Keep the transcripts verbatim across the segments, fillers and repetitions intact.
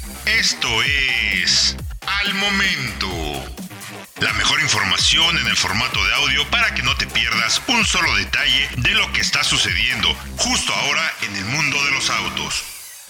Esto es Al Momento. La mejor información en el formato de audio para que no te pierdas un solo detalle de lo que está sucediendo justo ahora en el mundo de los autos.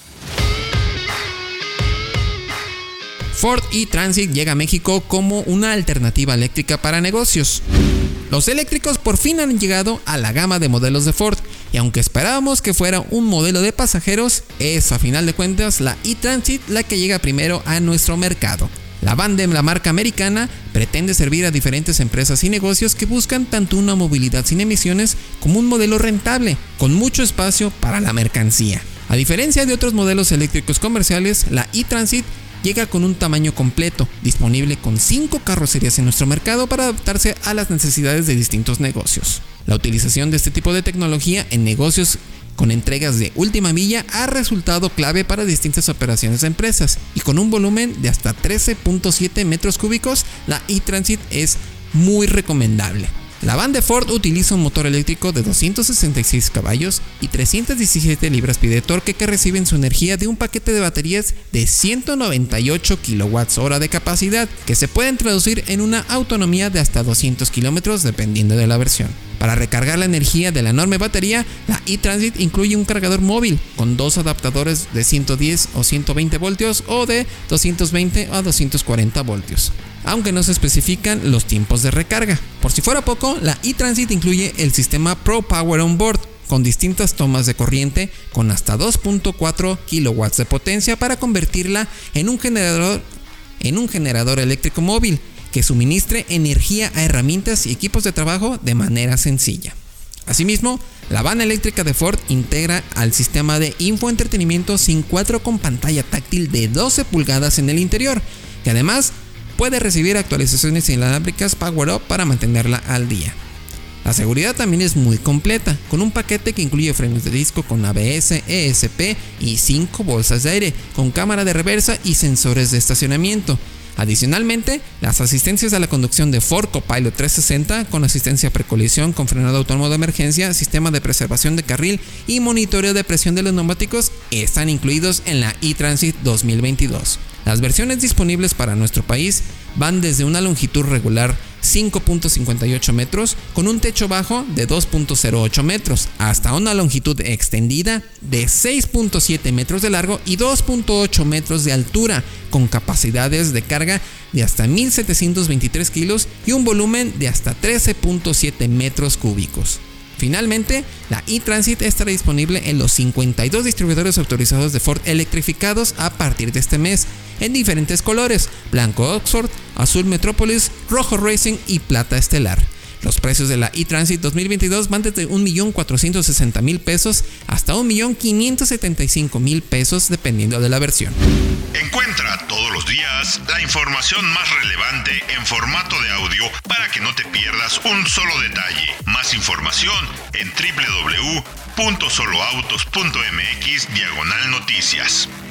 Ford e-Transit llega a México como una alternativa eléctrica para negocios. Los eléctricos por fin han llegado a la gama de modelos de Ford, y aunque esperábamos que fuera un modelo de pasajeros, es a final de cuentas la e-Transit la que llega primero a nuestro mercado. La van de la marca americana pretende servir a diferentes empresas y negocios que buscan tanto una movilidad sin emisiones como un modelo rentable, con mucho espacio para la mercancía. A diferencia de otros modelos eléctricos comerciales, la e-Transit llega con un tamaño completo, disponible con cinco carrocerías en nuestro mercado para adaptarse a las necesidades de distintos negocios. La utilización de este tipo de tecnología en negocios con entregas de última milla ha resultado clave para distintas operaciones de empresas, y con un volumen de hasta trece punto siete metros cúbicos, la e-Transit es muy recomendable. La van de Ford utiliza un motor eléctrico de doscientos sesenta y seis caballos y trescientas diecisiete libras-pie de torque que reciben su energía de un paquete de baterías de ciento noventa y ocho kilowatts hora de capacidad, que se pueden traducir en una autonomía de hasta doscientos kilómetros dependiendo de la versión. Para recargar la energía de la enorme batería, la e-Transit incluye un cargador móvil con dos adaptadores de ciento diez o ciento veinte voltios o de doscientos veinte a doscientos cuarenta voltios, aunque no se especifican los tiempos de recarga. Por si fuera poco, la e-Transit incluye el sistema Pro Power On Board, con distintas tomas de corriente con hasta dos punto cuatro kilowatts de potencia para convertirla en un generador, en un generador eléctrico móvil que suministre energía a herramientas y equipos de trabajo de manera sencilla. Asimismo, la van eléctrica de Ford integra al sistema de infoentretenimiento SYNC cuatro con pantalla táctil de doce pulgadas en el interior, que además puede recibir actualizaciones inalámbricas Power Up para mantenerla al día. La seguridad también es muy completa, con un paquete que incluye frenos de disco con A B S, E S P y cinco bolsas de aire, con cámara de reversa y sensores de estacionamiento. Adicionalmente, las asistencias a la conducción de Ford Copilot trescientos sesenta con asistencia precolisión con frenado autónomo de emergencia, sistema de preservación de carril y monitoreo de presión de los neumáticos están incluidos en la e-Transit dos mil veintidós. Las versiones disponibles para nuestro país van desde una longitud regular cinco punto cincuenta y ocho metros con un techo bajo de dos punto cero ocho metros hasta una longitud extendida de seis punto siete metros de largo y dos punto ocho metros de altura, con capacidades de carga de hasta mil setecientos veintitrés kilos y un volumen de hasta trece punto siete metros cúbicos. Finalmente, la e-Transit estará disponible en los cincuenta y dos distribuidores autorizados de Ford electrificados a partir de este mes, en diferentes colores: blanco Oxford, azul Metropolis, rojo Racing y plata estelar. Los precios de la e-Transit dos mil veintidós van desde un millón cuatrocientos sesenta mil pesos hasta un millón quinientos setenta y cinco mil pesos dependiendo de la versión. Encuentra todos los días la información más relevante en formato de audio para que no te pierdas un solo detalle. Más información en doble u doble u doble u punto solo autos punto m x diagonal noticias.